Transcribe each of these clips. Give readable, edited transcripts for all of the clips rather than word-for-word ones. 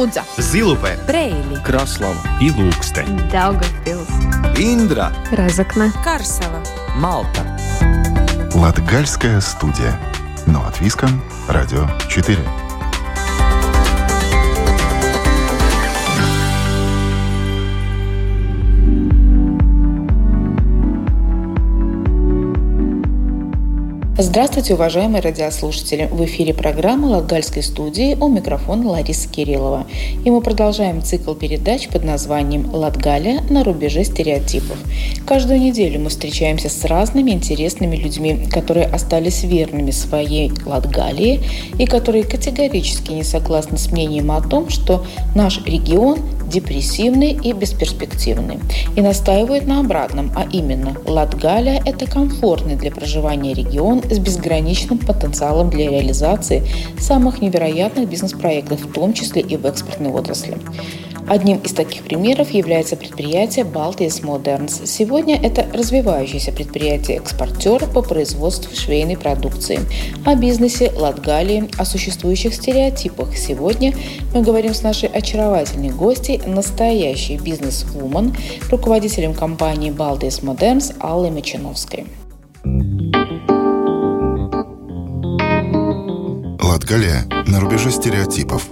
Лудза, Зилупе, Preili, Краслава и Ilūkste, Daugavpils, Индра, Разокна, Карсела, Малта. Латгальская студия. Но от Виском, Радио 4. Здравствуйте, уважаемые радиослушатели! В эфире программа Латгальской студии, у микрофона Лариса Кириллова. И мы продолжаем цикл передач под названием «Латгалия на рубеже стереотипов». Каждую неделю мы встречаемся с разными интересными людьми, которые остались верными своей Латгалии и которые категорически не согласны с мнением о том, что наш регион депрессивный и бесперспективный. И настаивают на обратном, а именно Латгалия – это комфортный для проживания регион с безграничным потенциалом для реализации самых невероятных бизнес-проектов, в том числе и в экспортной отрасли. Одним из таких примеров является предприятие Baltijas Moderns. Сегодня это развивающееся предприятие-экспортер по производству швейной продукции. О бизнесе Латгалии, о существующих стереотипах. Сегодня мы говорим с нашей очаровательной гостьей, настоящей бизнес-вумен, руководителем компании Baltijas Moderns Аллой Мочановской. Латгалия на рубеже стереотипов.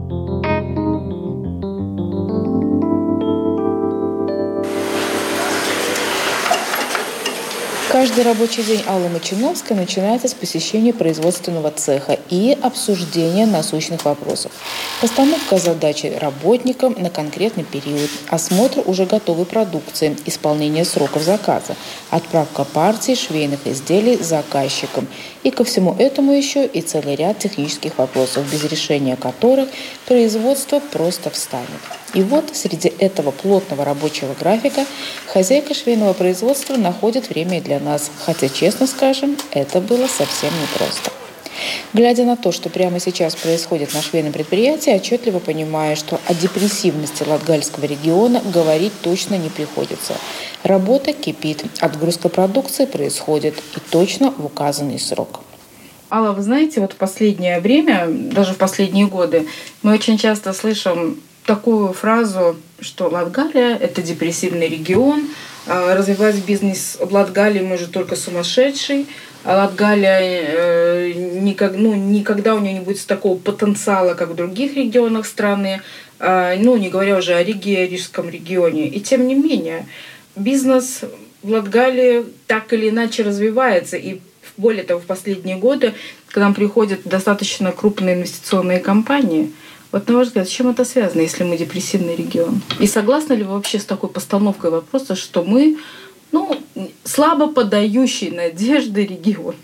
Каждый рабочий день Аллы Мочановской начинается с посещения производственного цеха и обсуждения насущных вопросов. Постановка задачи работникам на конкретный период, осмотр уже готовой продукции, исполнение сроков заказа, отправка партий швейных изделий заказчикам. И ко всему этому еще и целый ряд технических вопросов, без решения которых производство просто встанет. И вот среди этого плотного рабочего графика хозяйка швейного производства находит время и для нас. Хотя, честно скажем, это было совсем непросто. Глядя на то, что прямо сейчас происходит на швейном предприятии, отчетливо понимаю, что о депрессивности Латгальского региона говорить точно не приходится. Работа кипит, отгрузка продукции происходит и точно в указанный срок. Алла, вы знаете, вот в последнее время, даже в последние годы, мы очень часто слышим такую фразу, что Латгалия – это депрессивный регион, развивать бизнес в Латгалии может только сумасшедший, а Латгалия никогда у нее не будет такого потенциала, как в других регионах страны, не говоря уже о Риге, Рижском регионе. И тем не менее, бизнес в Латгалии так или иначе развивается, и более того, в последние годы к нам приходят достаточно крупные инвестиционные компании. Вот на ваш взгляд, с чем это связано, если мы депрессивный регион? И согласны ли вы вообще с такой постановкой вопроса, что мы слабо подающий надежды регион?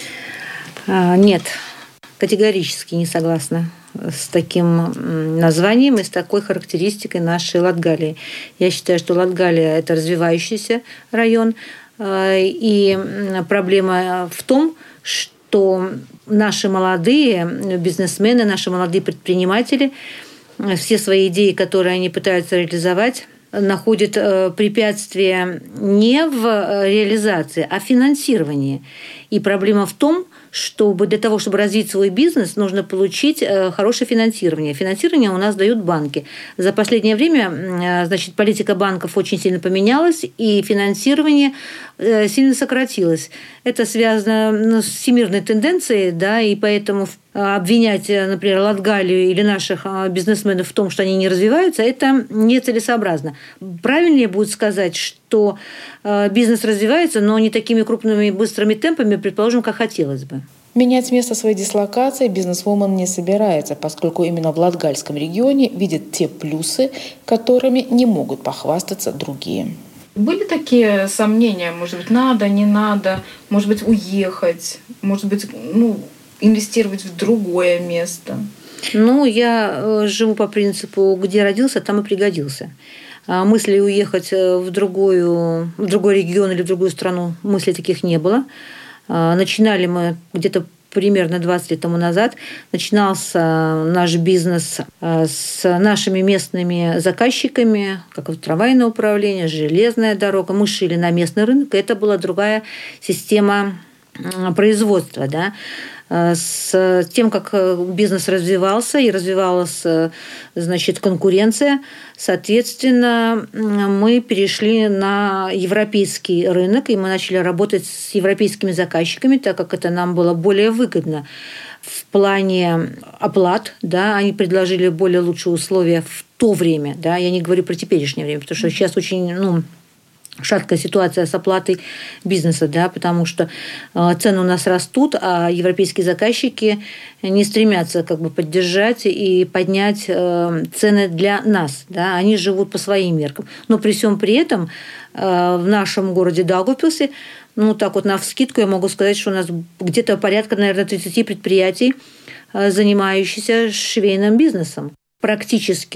Нет, категорически не согласна с таким названием и с такой характеристикой нашей Латгалии. Я считаю, что Латгалия – это развивающийся район, и проблема в том, что наши молодые бизнесмены, наши молодые предприниматели, все свои идеи, которые они пытаются реализовать, находят препятствия не в реализации, а в финансировании. И проблема в том, чтобы для того, чтобы развить свой бизнес, нужно получить хорошее финансирование. Финансирование у нас дают банки. За последнее время, политика банков очень сильно поменялась, и финансирование сильно сократилось. Это связано с всемирной тенденцией, и поэтому обвинять, например, Латгалию или наших бизнесменов в том, что они не развиваются, это нецелесообразно. Правильнее будет сказать, что бизнес развивается, но не такими крупными и быстрыми темпами, предположим, как хотелось бы. Менять место своей дислокации бизнесвумен не собирается, поскольку именно в Латгальском регионе видит те плюсы, которыми не могут похвастаться другие. Были такие сомнения, может быть, надо, не надо, может быть, уехать, может быть, инвестировать в другое место? Я живу по принципу, где родился, там и пригодился. Мысли уехать в другой регион или в другую страну, мыслей таких не было. Начинали мы где-то примерно 20 лет тому назад. Начинался наш бизнес с нашими местными заказчиками, как вот трамвайное управление, железная дорога. Мы шили на местный рынок, и это была другая система производства, да, с тем, как бизнес развивался и развивалась, значит, конкуренция, соответственно, мы перешли на европейский рынок, и мы начали работать с европейскими заказчиками, так как это нам было более выгодно. В плане оплат, да, они предложили более лучшие условия в то время, да, я не говорю про теперешнее время, потому что сейчас очень, шаткая ситуация с оплатой бизнеса, да, потому что цены у нас растут, а европейские заказчики не стремятся как бы поддержать и поднять цены для нас, да, они живут по своим меркам. Но при всем при этом в нашем городе Даугавпилсе, так вот навскидку я могу сказать, что у нас где-то порядка, наверное, 30 предприятий, занимающихся швейным бизнесом. Практически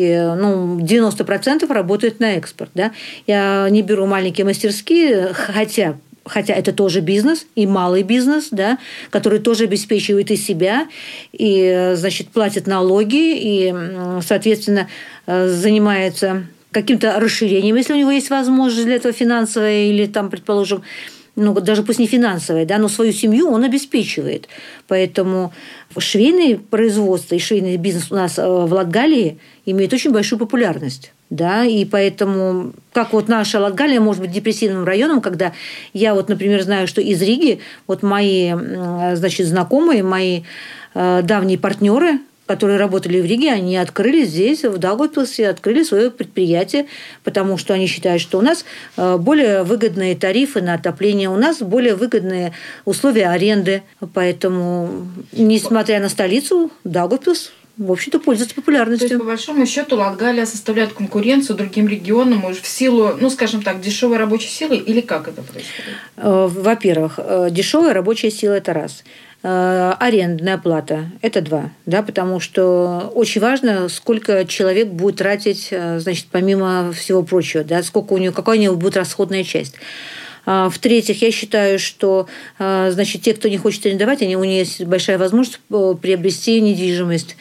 90% работают на экспорт. Да? Я не беру маленькие мастерские, хотя это тоже бизнес, и малый бизнес, да, который тоже обеспечивает и себя, и, значит, платит налоги, и, соответственно, занимается каким-то расширением, если у него есть возможность для этого финансовая или, там, предположим, даже пусть не финансовая, да, но свою семью он обеспечивает. Поэтому швейное производство и швейный бизнес у нас в Латгалии имеет очень большую популярность. Да, и поэтому, как вот наша Латгалия может быть депрессивным районом, когда я вот, например, знаю, что из Риги вот мои, значит, знакомые, мои давние партнеры, которые работали в Риге, они открыли здесь, в Даугавпилсе, открыли свое предприятие, потому что они считают, что у нас более выгодные тарифы на отопление, у нас более выгодные условия аренды. Поэтому, несмотря на столицу, Даугавпилс, в общем-то, пользуется популярностью. То есть, по большому счету, Латгалия составляет конкуренцию другим регионам в силу, скажем так, дешевой рабочей силы, или как это происходит? Во-первых, дешевая рабочая сила – это раз. Арендная плата – это два, да, потому что очень важно, сколько человек будет тратить, значит, помимо всего прочего, да, какая у него будет расходная часть. В-третьих, я считаю, что, значит, те, кто не хочет арендовать, у них есть большая возможность приобрести недвижимость.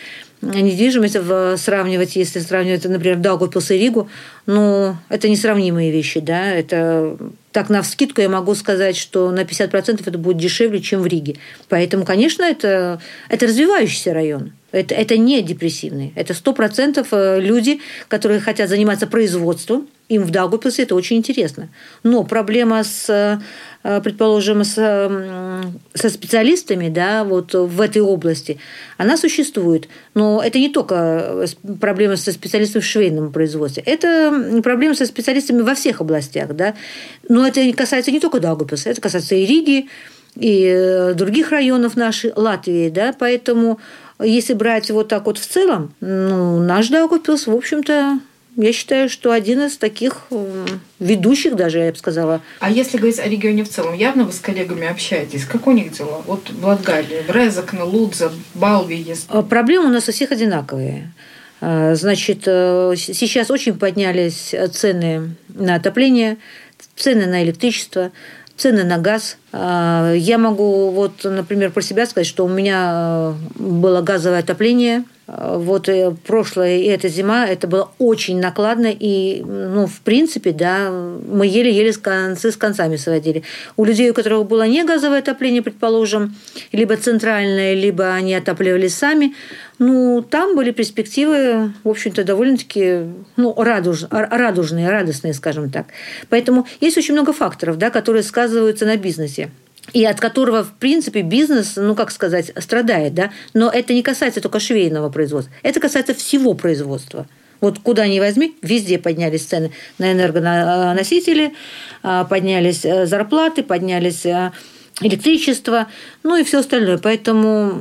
Сравнивать, если сравнивать, например, Даугавпилс и Ригу, это несравнимые вещи, да, это так навскидку я могу сказать, что на 50% это будет дешевле, чем в Риге. Поэтому, конечно, это развивающийся район. Это не депрессивный. Это 100% люди, которые хотят заниматься производством. Им в Даугавпилсе это очень интересно. Но проблема предположим, со специалистами, да, вот в этой области, она существует. Но это не только проблема со специалистами в швейном производстве. Это проблема со специалистами во всех областях. Да. Но это касается не только Даугавпилса, это касается и Риги, и других районов нашей Латвии. Да. Поэтому, если брать вот так вот в целом, наш Даугавпилс, в общем-то, я считаю, что один из таких ведущих даже, я бы сказала. А если говорить о регионе в целом, явно вы с коллегами общаетесь? Как у них дела? Вот в Латгалии, в Резекне, Лудзе, Балви есть. Проблемы у нас у всех одинаковые. Значит, сейчас очень поднялись цены на отопление, цены на электричество, цены на газ. Я могу, вот, например, про себя сказать, что у меня было газовое отопление. Вот прошлая и эта зима, это было очень накладно, и, в принципе, да, мы еле-еле концы с концами сводили. У людей, у которых было не газовое отопление, предположим, либо центральное, либо они отапливались сами, там были перспективы, в общем-то, довольно-таки радужные, радостные, скажем так. Поэтому есть очень много факторов, да, которые сказываются на бизнесе. И от которого, в принципе, бизнес, страдает, да. Но это не касается только швейного производства. Это касается всего производства. Вот куда ни возьми, везде поднялись цены на энергоносители, поднялись зарплаты, поднялись электричество, и все остальное. Поэтому,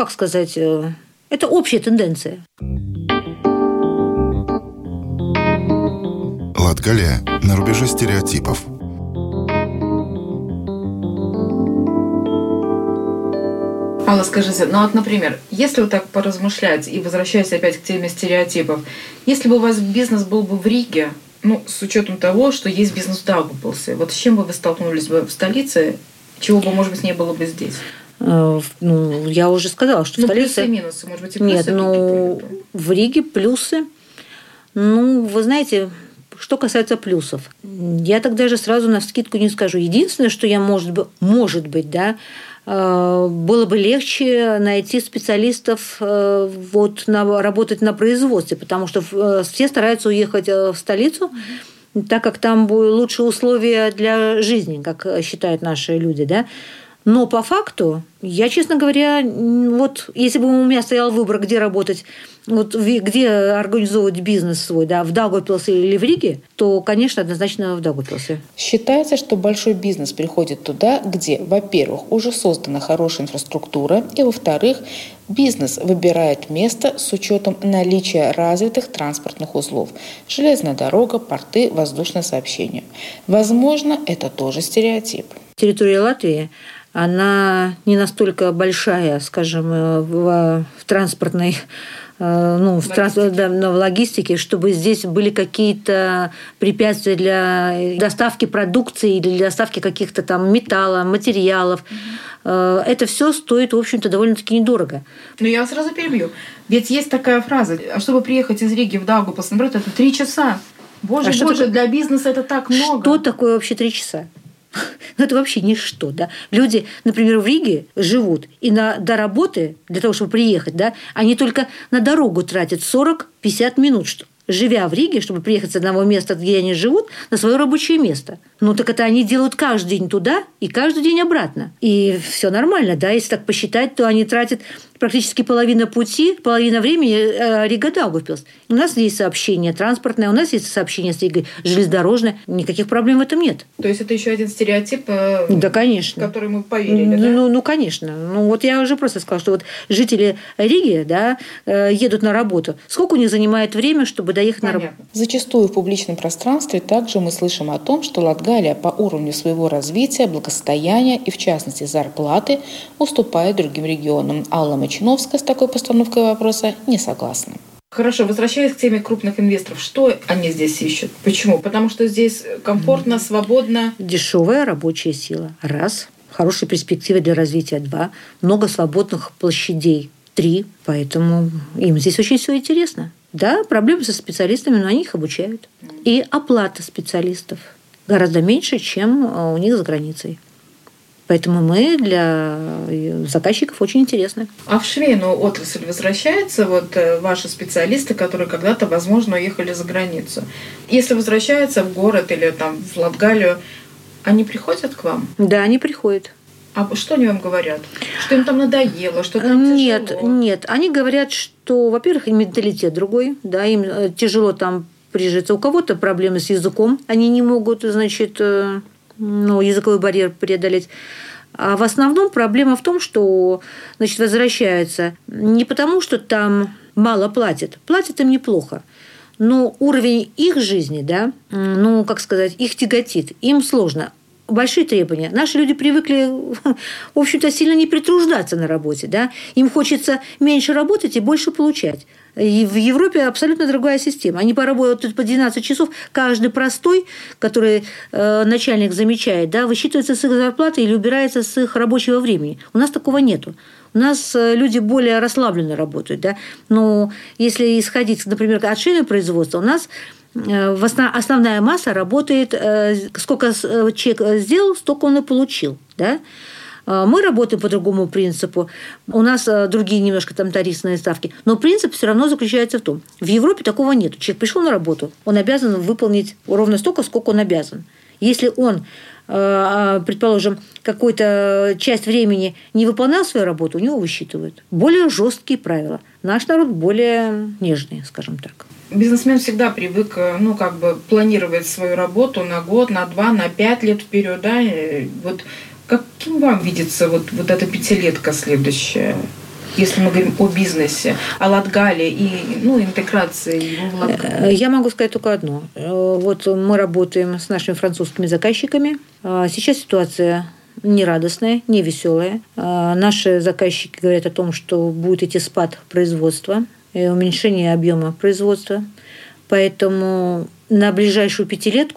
это общая тенденция. Латгалия на рубеже стереотипов. Алла, скажите, например, если вот так поразмышлять и возвращаясь опять к теме стереотипов, если бы у вас бизнес был бы в Риге, с учетом того, что есть бизнес в Даугавпилсе, вот с чем бы вы столкнулись бы в столице, чего бы, может быть, не было бы здесь? Я уже сказала, что в столице... Плюсы и минусы, может быть, и плюсы? Нет, в Риге плюсы. Вы знаете, Что касается плюсов, я так даже сразу навскидку не скажу. Единственное, что я, может быть, да, было бы легче найти специалистов работать на производстве, потому что все стараются уехать в столицу, так как там будут лучшие условия для жизни, как считают наши люди, да. Но по факту, я, честно говоря, вот если бы у меня стоял выбор, где работать, где организовывать бизнес свой, да, в Даугавпилсе или в Риге, то, конечно, однозначно в Даугавпилсе. Считается, что большой бизнес приходит туда, где, во-первых, уже создана хорошая инфраструктура, и, во-вторых, бизнес выбирает место с учетом наличия развитых транспортных узлов – железная дорога, порты, воздушное сообщение. Возможно, это тоже стереотип. Территория Латвии, она не настолько большая, скажем, в транспортной, в логистике, чтобы здесь были какие-то препятствия для доставки продукции или для доставки каких-то там металла, материалов. Это все стоит, в общем-то, довольно-таки недорого. Но я сразу перебью. Ведь есть такая фраза, чтобы приехать из Риги в Даугавпилс, например, это 3 часа. Боже, для бизнеса это так много. Что такое вообще 3 часа? Ну, это вообще ничто, да. Люди, например, в Риге живут и до работы, для того, чтобы приехать, да, они только на дорогу тратят 40-50 минут, живя в Риге, чтобы приехать с одного места, где они живут, на свое рабочее место. Ну, так это они делают каждый день туда и каждый день обратно. И все нормально, да, если так посчитать, то они тратят практически половину пути, половина времени Рига-Даугавпилс. У нас есть сообщение транспортное, у нас есть сообщение с Ригой железнодорожное. Никаких проблем в этом нет. То есть это еще один стереотип, да, конечно, в который мы поверили, да? Ну, конечно. Ну, вот я уже просто сказала, что вот жители Риги, да, едут на работу. Сколько у них занимает время, чтобы доехать на работу? Зачастую в публичном пространстве также мы слышим о том, что Латгалия по уровню своего развития, благосостояния и, в частности, зарплаты уступает другим регионам. Алла Мочиновская с такой постановкой вопроса не согласна. Хорошо, возвращаясь к теме крупных инвесторов, что они здесь ищут? Почему? Потому что здесь комфортно, свободно. Дешевая рабочая сила. Раз. Хорошие перспективы для развития. Два. Много свободных площадей. Три. Поэтому им здесь очень все интересно. Да, проблемы со специалистами, но они их обучают. И оплата специалистов гораздо меньше, чем у них за границей. Поэтому мы для заказчиков очень интересны. А в швейную отрасль возвращаются ваши специалисты, которые когда-то, возможно, уехали за границу? Если возвращаются в город или там, в Латгалию, они приходят к вам? Да, они приходят. А что они вам говорят? Что им там надоело, что там тяжело? Нет. Они говорят, что, во-первых, менталитет другой, да, им тяжело там прижиться. У кого-то проблемы с языком, они не могут, языковой барьер преодолеть. А в основном проблема в том, что, возвращаются не потому, что там мало платят. Платят им неплохо. Но уровень их жизни, да, их тяготит. Им сложно. Большие требования. Наши люди привыкли, в общем-то, сильно не притруждаться на работе. Да? Им хочется меньше работать и больше получать. И в Европе абсолютно другая система. Они поработают по 12 часов. Каждый простой, который начальник замечает, да, высчитывается с их зарплаты или убирается с их рабочего времени. У нас такого нету. У нас люди более расслабленно работают. Да? Но если исходить, например, от швейного производства, у нас основная масса работает, сколько человек сделал, столько он и получил. Да? Мы работаем по другому принципу. У нас другие немножко там тарифные ставки. Но принцип все равно заключается в том. В Европе такого нет. Человек пришел на работу, он обязан выполнить ровно столько, сколько он обязан. Если он, предположим, какую-то часть времени не выполнял свою работу, у него высчитывают. Более жесткие правила. Наш народ более нежный, скажем так. Бизнесмен всегда привык, планировать свою работу на год, на 2, на 5 лет вперед, да? Каким вам видится эта пятилетка следующая, если мы говорим о бизнесе, о Латгалии и интеграции его в Латгалию? Я могу сказать только одно. Мы работаем с нашими французскими заказчиками. Сейчас ситуация нерадостная, невеселая. Наши заказчики говорят о том, что будет идти спад производства и уменьшение объема производства. Поэтому на ближайшую пятилетку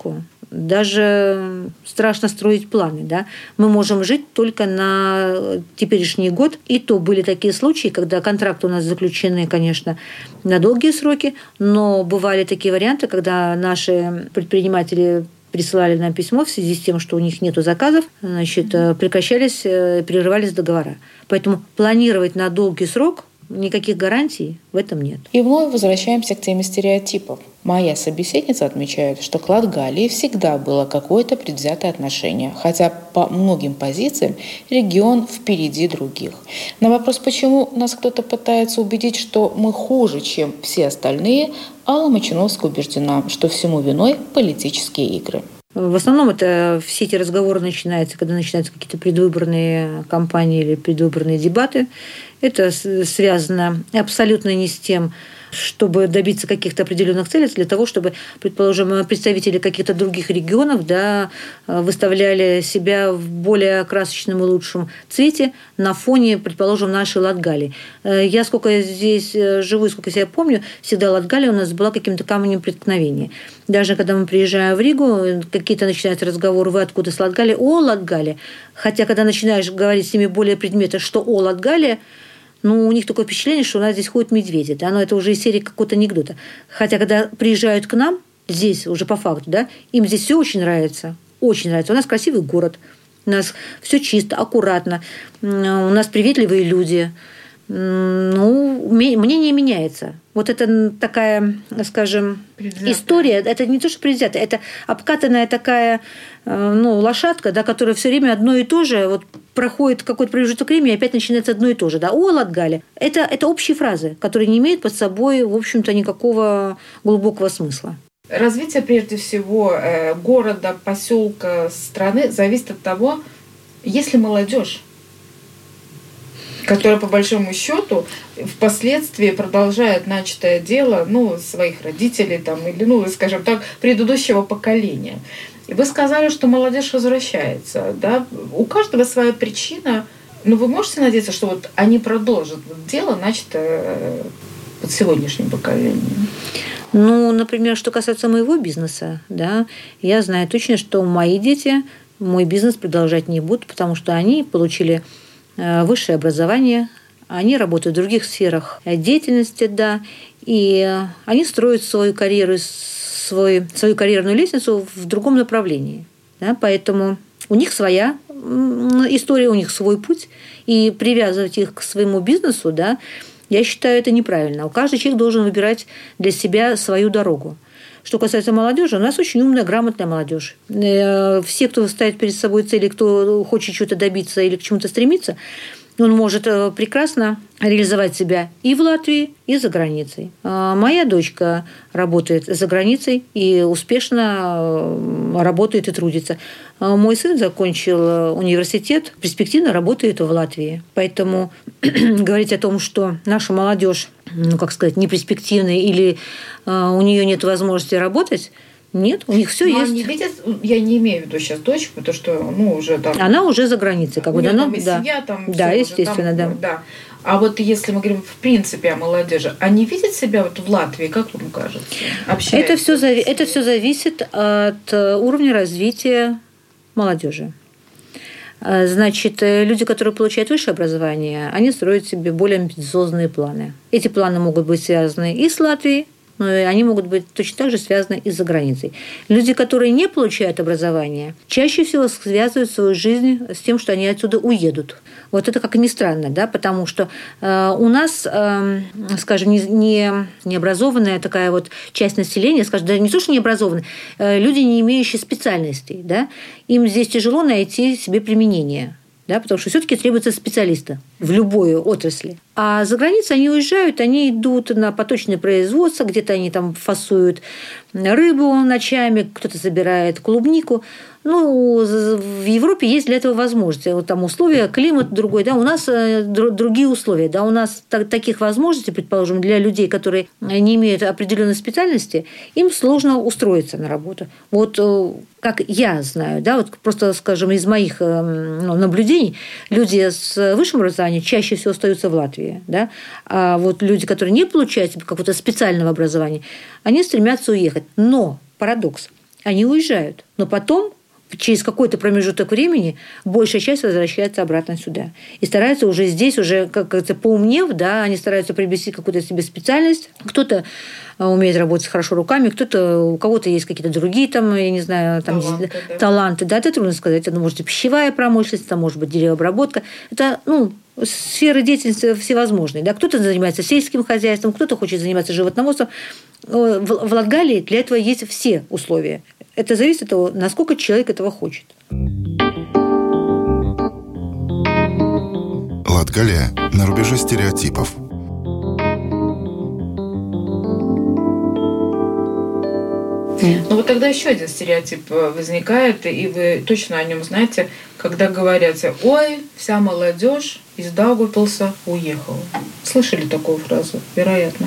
даже страшно строить планы. Да? Мы можем жить только на теперешний год. И то были такие случаи, когда контракты у нас заключены, конечно, на долгие сроки, но бывали такие варианты, когда наши предприниматели присылали нам письмо в связи с тем, что у них нет заказов, прекращались, прерывались договора. Поэтому планировать на долгий срок никаких гарантий в этом нет. И вновь возвращаемся к теме стереотипов. Моя собеседница отмечает, что к Латгалии всегда было какое-то предвзятое отношение, хотя по многим позициям регион впереди других. На вопрос, почему нас кто-то пытается убедить, что мы хуже, чем все остальные, Алла Мочиновская убеждена, что всему виной политические игры. В основном это все эти разговоры начинаются, когда начинаются какие-то предвыборные кампании или предвыборные дебаты. Это связано абсолютно не с тем, чтобы добиться каких-то определенных целей, для того, чтобы, предположим, представители каких-то других регионов выставляли себя в более красочном и лучшем цвете на фоне, предположим, нашей Латгалии. Я сколько здесь живу и сколько себя помню, всегда Латгалия у нас была каким-то камнем преткновения. Даже когда мы приезжаем в Ригу, какие-то начинаются разговоры: вы откуда с Латгалии? О, Латгалия. Хотя, когда начинаешь говорить с ними более предметно, что о, Латгалия, у них такое впечатление, что у нас здесь ходят медведи. Да? Но это уже из серии какого-то анекдота. Хотя, когда приезжают к нам, здесь уже по факту, да, им здесь все очень нравится. Очень нравится. У нас красивый город. У нас все чисто, аккуратно. У нас приветливые люди. Мнение меняется. Вот это такая, скажем, предвзятая история. Это не то, что предвзятая, это обкатанная такая лошадка, да, которая все время одно и то же. Вот проходит какой-то промежуток времени, и опять начинается одно и то же. Да. О, Латгалия. Это общие фразы, которые не имеют под собой, в общем-то, никакого глубокого смысла. Развитие, прежде всего, города, поселка, страны зависит от того, есть ли молодежь, которая, по большому счету, впоследствии продолжает начатое дело своих родителей или, скажем так, предыдущего поколения. И вы сказали, что молодежь возвращается. Да? У каждого своя причина. Но вы можете надеяться, что вот они продолжат дело, начатое под сегодняшним поколением? Например, что касается моего бизнеса, да, я знаю точно, что мои дети мой бизнес продолжать не будут, потому что они получили высшее образование, они работают в других сферах деятельности, да, и они строят свою карьеру, свою карьерную лестницу в другом направлении. Да, поэтому у них своя история, у них свой путь, и привязывать их к своему бизнесу, да, я считаю, это неправильно. Каждый человек должен выбирать для себя свою дорогу. Что касается молодежи, у нас очень умная, грамотная молодежь. Все, кто ставит перед собой цели, кто хочет чего-то добиться или к чему-то стремиться, он может прекрасно реализовать себя и в Латвии, и за границей. Моя дочка работает за границей и успешно работает и трудится. Мой сын закончил университет, перспективно работает в Латвии. Поэтому говорить о том, что наша молодежь, не перспективная или у нее нет возможности работать, нет, у них все есть. Они видят, я не имею в виду сейчас дочку, потому что уже там. Она уже за границей, у нее там и семья, там. Да, естественно, там, да. А вот если мы говорим в принципе о молодежи, они видят себя вот в Латвии, как вам кажется? Это все зависит от уровня развития молодежи. Значит, люди, которые получают высшее образование, они строят себе более амбициозные планы. Эти планы могут быть связаны и с Латвией, но они могут быть точно так же связаны и за границей. Люди, которые не получают образование, чаще всего связывают свою жизнь с тем, что они отсюда уедут. Вот это как ни странно, да, потому что у нас, скажем, необразованная такая вот часть населения, скажем, даже не то, что необразованная, люди, не имеющие специальностей, да, им здесь тяжело найти себе применение. Да, потому что все-таки требуется специалиста в любой отрасли. А за границей они уезжают, они идут на поточное производство, где-то они там фасуют рыбу ночами, кто-то собирает клубнику. В Европе есть для этого возможности. Вот там условия, климат другой, да, у нас другие условия, да, у нас таких возможностей, предположим, для людей, которые не имеют определенной специальности, им сложно устроиться на работу. Вот как я знаю, да, вот просто, скажем, из моих наблюдений, люди с высшим образованием чаще всего остаются в Латвии, да, а вот люди, которые не получают какого-то специального образования, они стремятся уехать. Но парадокс. они уезжают. Но потом, через какой-то промежуток времени, большая часть возвращается обратно сюда. И стараются уже здесь, уже как-то поумнев, да, они стараются приобрести какую-то себе специальность. Кто-то умеет работать хорошо руками, у кого-то есть какие-то другие, там, я не знаю, там, таланты. Да, это трудно сказать. Это может быть пищевая промышленность, это может быть деревообработка. Это, сферы деятельности всевозможные. Да? Кто-то занимается сельским хозяйством, кто-то хочет заниматься животноводством. В Латгалии для этого есть все условия. Это зависит от того, насколько человек этого хочет. Латгалия на рубеже стереотипов. Ну вот тогда еще один стереотип возникает, и вы точно о нем знаете, когда говорят: ой, вся молодежь из Даугавпилса уехала. Слышали такую фразу? Вероятно.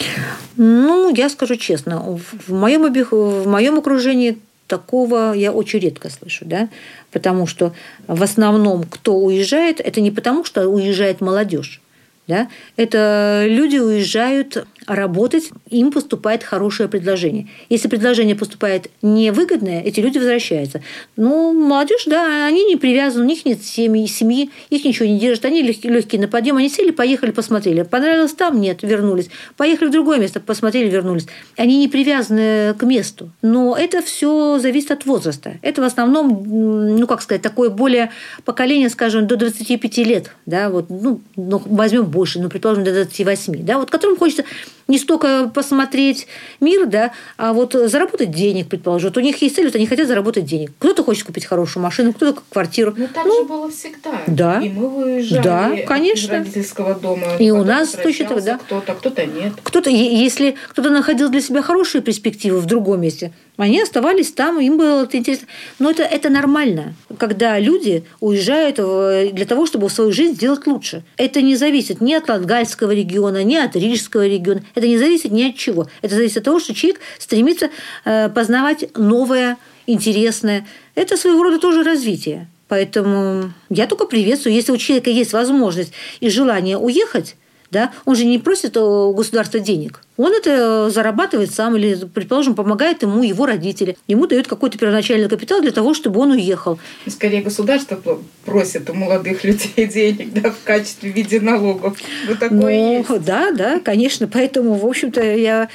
Я скажу честно, в моем окружении такого я очень редко слышу, да? Потому что в основном, кто уезжает, это не потому, что уезжает молодежь. Да? Это люди уезжают работать, им поступает хорошее предложение. Если предложение поступает невыгодное, эти люди возвращаются. Молодежь, да, они не привязаны, у них нет семьи, их ничего не держит, они легкие на подъем, они сели, поехали, посмотрели. Понравилось там? Нет, вернулись. Поехали в другое место, посмотрели, вернулись. Они не привязаны к месту. Но это все зависит от возраста. Это в основном, такое более поколение, скажем, до 25 лет. Да, возьмем больше, предположим, до 28, да, которым хочется не столько посмотреть мир, да, а заработать денег, предположим. У них есть цель, они хотят заработать денег. Кто-то хочет купить хорошую машину, кто-то квартиру. Так же было всегда. Да. И мы выезжали из родительского дома. И у нас точно так, да. Кто-то нет. Если кто-то находил для себя хорошие перспективы в другом месте, они оставались там, им было это интересно. Но это нормально, когда люди уезжают для того, чтобы свою жизнь сделать лучше. Это не зависит ни от Латгальского региона, ни от Рижского региона. Это не зависит ни от чего. Это зависит от того, что человек стремится познавать новое, интересное. Это своего рода тоже развитие. Поэтому я только приветствую, если у человека есть возможность и желание уехать, да, он же не просит у государства денег. Он это зарабатывает сам или, предположим, помогает ему его родители. Ему дают какой-то первоначальный капитал для того, чтобы он уехал. Скорее, государство просит у молодых людей денег, да, в качестве в виде налогов. Такое есть. Да, конечно. Поэтому, в общем-то, я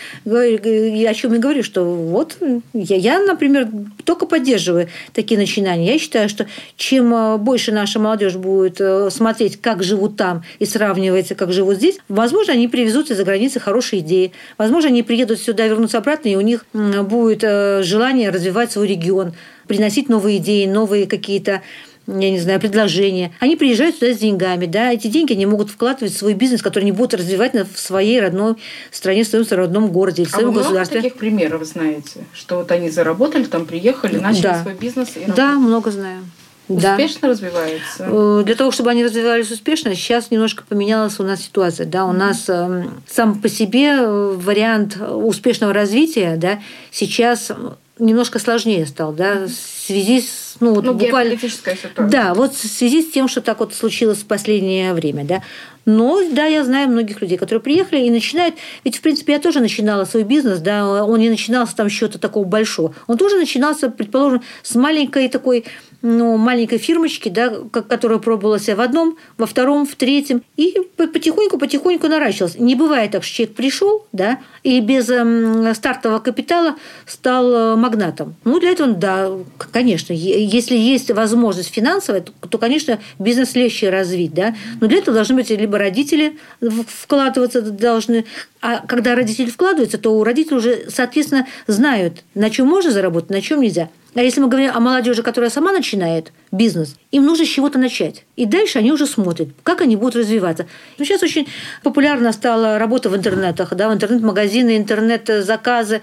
о чем и говорю, что я, например, только поддерживаю такие начинания. Я считаю, что чем больше наша молодежь будет смотреть, как живут там, и сравнивать, как живут здесь, возможно, они привезут из-за границы хорошие идеи. Возможно, они приедут сюда, вернутся обратно, и у них будет желание развивать свой регион, приносить новые идеи, новые какие-то, я не знаю, предложения. Они приезжают сюда с деньгами, да, эти деньги они могут вкладывать в свой бизнес, который они будут развивать в своей родной стране, в своем родном городе, в своем государстве. А вы много таких примеров знаете, что они заработали, там приехали, начали свой бизнес и Да, много знаю. Успешно развивается? Для того, чтобы они развивались успешно, сейчас немножко поменялась у нас ситуация. Да? У нас сам по себе вариант успешного развития, да, сейчас немножко сложнее стал, да, в связи с буквально геополитическая ситуация. Да, в связи с тем, что так случилось в последнее время, да. Но, да, я знаю многих людей, которые приехали и начинают... Ведь, в принципе, я тоже начинала свой бизнес, да, он не начинался там с чего-то такого большого. Он тоже начинался, предположим, с маленькой такой, маленькой фирмочки, да, которая пробовала себя в одном, во втором, в третьем. И потихоньку наращивалась. Не бывает так, что человек пришел, да, и без стартового капитала стал магнатом. Для этого, да, конечно, если есть возможность финансовая, то, конечно, бизнес легче развить, да. Но для этого должны быть либо родители вкладываться должны. А когда родители вкладываются, то у родителей уже, соответственно, знают, на чем можно заработать, на чем нельзя. А если мы говорим о молодежи, которая сама начинает бизнес, им нужно с чего-то начать. И дальше они уже смотрят, как они будут развиваться. Сейчас очень популярна стала работа в интернетах, да, в интернет-магазины, интернет-заказы,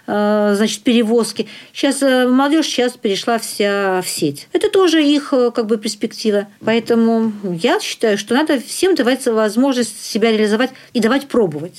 перевозки. Сейчас молодежь перешла вся в сеть. Это тоже их перспектива. Поэтому я считаю, что надо всем давать возможность себя реализовать и давать пробовать.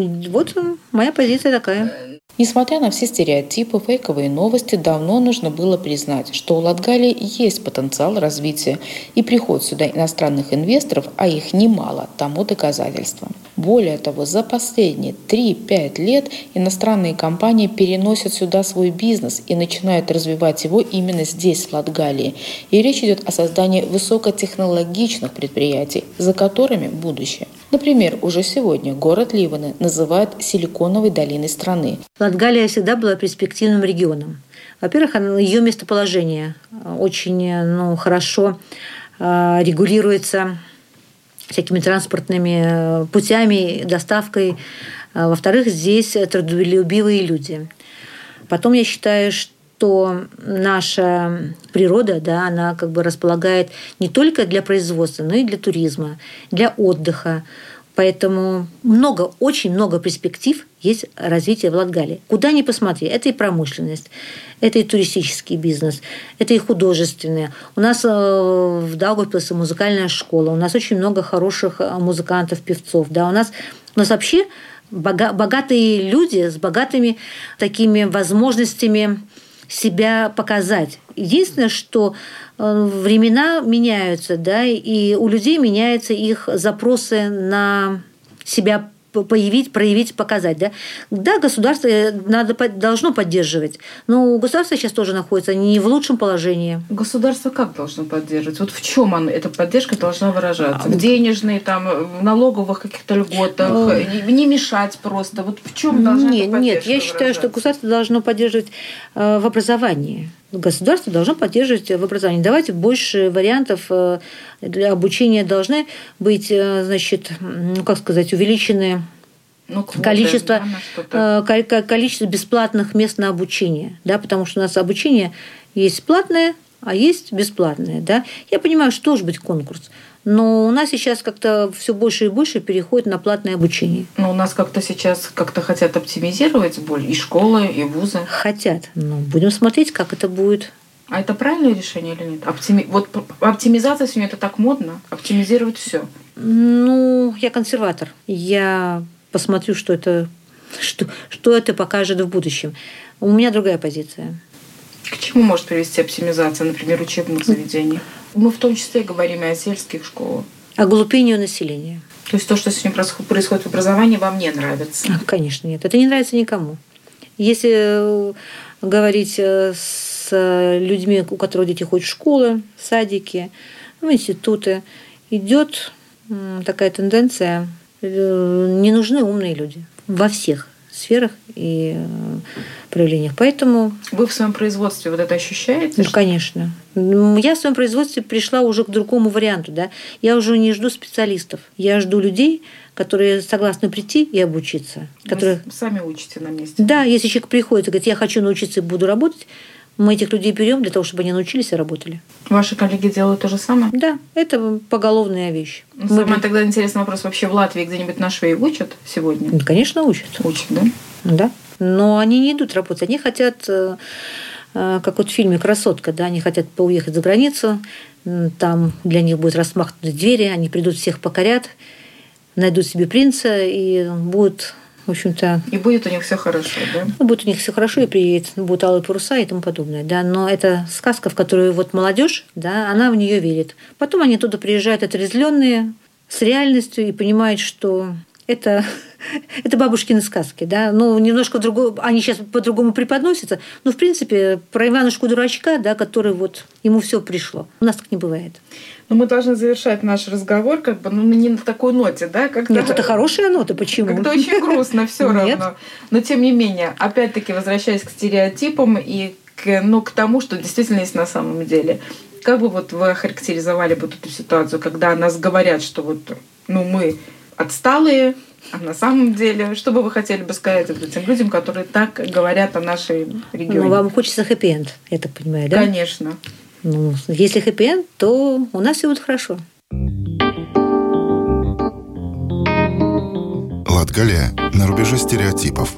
Моя позиция такая. Несмотря на все стереотипы, фейковые новости, давно нужно было признать, что у Латгалии есть потенциал развития, и приход сюда иностранных инвесторов, а их немало, тому доказательство. Более того, за последние 3-5 лет иностранные компании переносят сюда свой бизнес и начинают развивать его именно здесь, в Латгалии. И речь идет о создании высокотехнологичных предприятий, за которыми будущее. Например, уже сегодня город Ливаны называют «силиконовой долиной страны». Латгалия всегда была перспективным регионом. Во-первых, ее местоположение очень хорошо регулируется всякими транспортными путями, доставкой. Во-вторых, здесь трудолюбивые люди. Потом я считаю, что наша природа, она располагает не только для производства, но и для туризма, для отдыха. Поэтому очень много перспектив есть развития в Латгалии. Куда ни посмотри, это и промышленность, это и туристический бизнес, это и художественное. У нас в Даугавпилсе музыкальная школа, у нас очень много хороших музыкантов, певцов. Да? У нас вообще богатые люди с богатыми такими возможностями себя показать. Единственное, что времена меняются, и у людей меняются их запросы на себя проявить, показать. Да, государство должно поддерживать, но государство сейчас тоже находится не в лучшем положении. Государство как должно поддерживать? Вот в чем эта поддержка должна выражаться? В денежной, в налоговых каких-то льготах? Не мешать просто? Вот в чем должна эта поддержка Нет, я считаю, что государство должно поддерживать в образовании. Государство должно поддерживать в образовании. Давайте больше вариантов для обучения должны быть, увеличены количество бесплатных мест на обучение. Да, потому что у нас обучение есть платное, а есть бесплатное. Да. Я понимаю, что должен быть конкурс. Но у нас сейчас как-то все больше и больше переходит на платное обучение. Но у нас сейчас хотят оптимизировать и школы, и вузы. Хотят. Но будем смотреть, как это будет. А это правильное решение или нет? Оптимизация сегодня это так модно, оптимизировать все. Я консерватор. Я посмотрю, что это покажет в будущем. У меня другая позиция. К чему может привести оптимизация, например, учебных заведений? Мы в том числе говорим и о сельских школах. О глупению населения. То есть то, что сегодня происходит в образовании, вам не нравится? Конечно, нет. Это не нравится никому. Если говорить с людьми, у которых дети ходят в школы, в садики, в институты, идет такая тенденция. Не нужны умные люди во всех сферах и проявлениях. Поэтому... Вы в своем производстве это ощущаете? Конечно. Я в своем производстве пришла уже к другому варианту. Да? Я уже не жду специалистов. Я жду людей, которые согласны прийти и обучиться. Вы сами учите на месте? Да, если человек приходит и говорит, я хочу научиться и буду работать, мы этих людей берем для того, чтобы они научились и работали. Ваши коллеги делают то же самое? Да, это поголовная вещь. Тогда интересный вопрос. Вообще в Латвии где-нибудь на швее учат сегодня? Конечно, учат. Учат, да? Да. Но они не идут работать. Они хотят, как в фильме «Красотка», они хотят уехать за границу, там для них будут распахнуты двери, они придут, всех покорят, найдут себе принца и будут... В общем-то, и будет у них все хорошо, да? Будет у них все хорошо, и будут алые паруса и тому подобное. Да? Но это сказка, в которую молодежь, она в нее верит. Потом они туда приезжают отрезвленные, с реальностью, и понимают, что это бабушкины сказки. Да? Немножко они сейчас по-другому преподносятся. Но, в принципе, про Иванушку-дурачка, который ему все пришло. У нас так не бывает. Но мы должны завершать наш разговор не на такой ноте, да? Нет, это хорошая нота, почему? Как-то очень грустно все равно. Но тем не менее, опять-таки, возвращаясь к стереотипам и к тому, что действительно есть на самом деле. Как бы вы охарактеризовали бы эту ситуацию, когда о нас говорят, что мы отсталые, а на самом деле, что бы вы хотели бы сказать этим людям, которые так говорят о нашей регионе? Вам хочется хэппи-энд, я так понимаю, да? Конечно. Если хэппи-энд, то у нас все будет хорошо. Латгалия на рубеже стереотипов.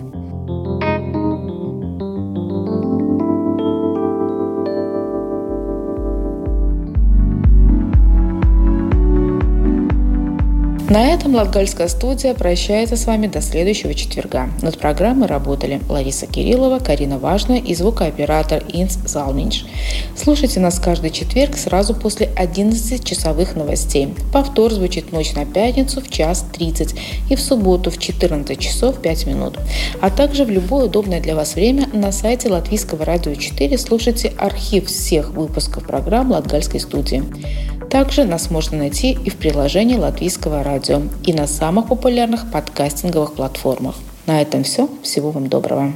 На этом Латгальская студия прощается с вами до следующего четверга. Над программой работали Лариса Кириллова, Карина Важная и звукооператор Инс Залминч. Слушайте нас каждый четверг сразу после 11-часовых новостей. Повтор звучит ночь на пятницу в 1:30 и в субботу в 14 часов 5 минут. А также в любое удобное для вас время на сайте Латвийского радио 4 слушайте архив всех выпусков программ Латгальской студии. Также нас можно найти и в приложении Латвийского радио, и на самых популярных подкастинговых платформах. На этом все. Всего вам доброго.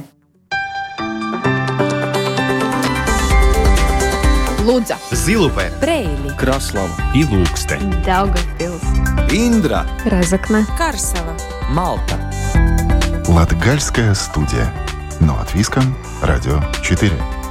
Лудза, Зилупе, Брейли, Краслава и Ilūksteņi, Daugavpils, Индра, Разокна, Карсела, Малта. Латгальская студия. На Латвийском радио 4.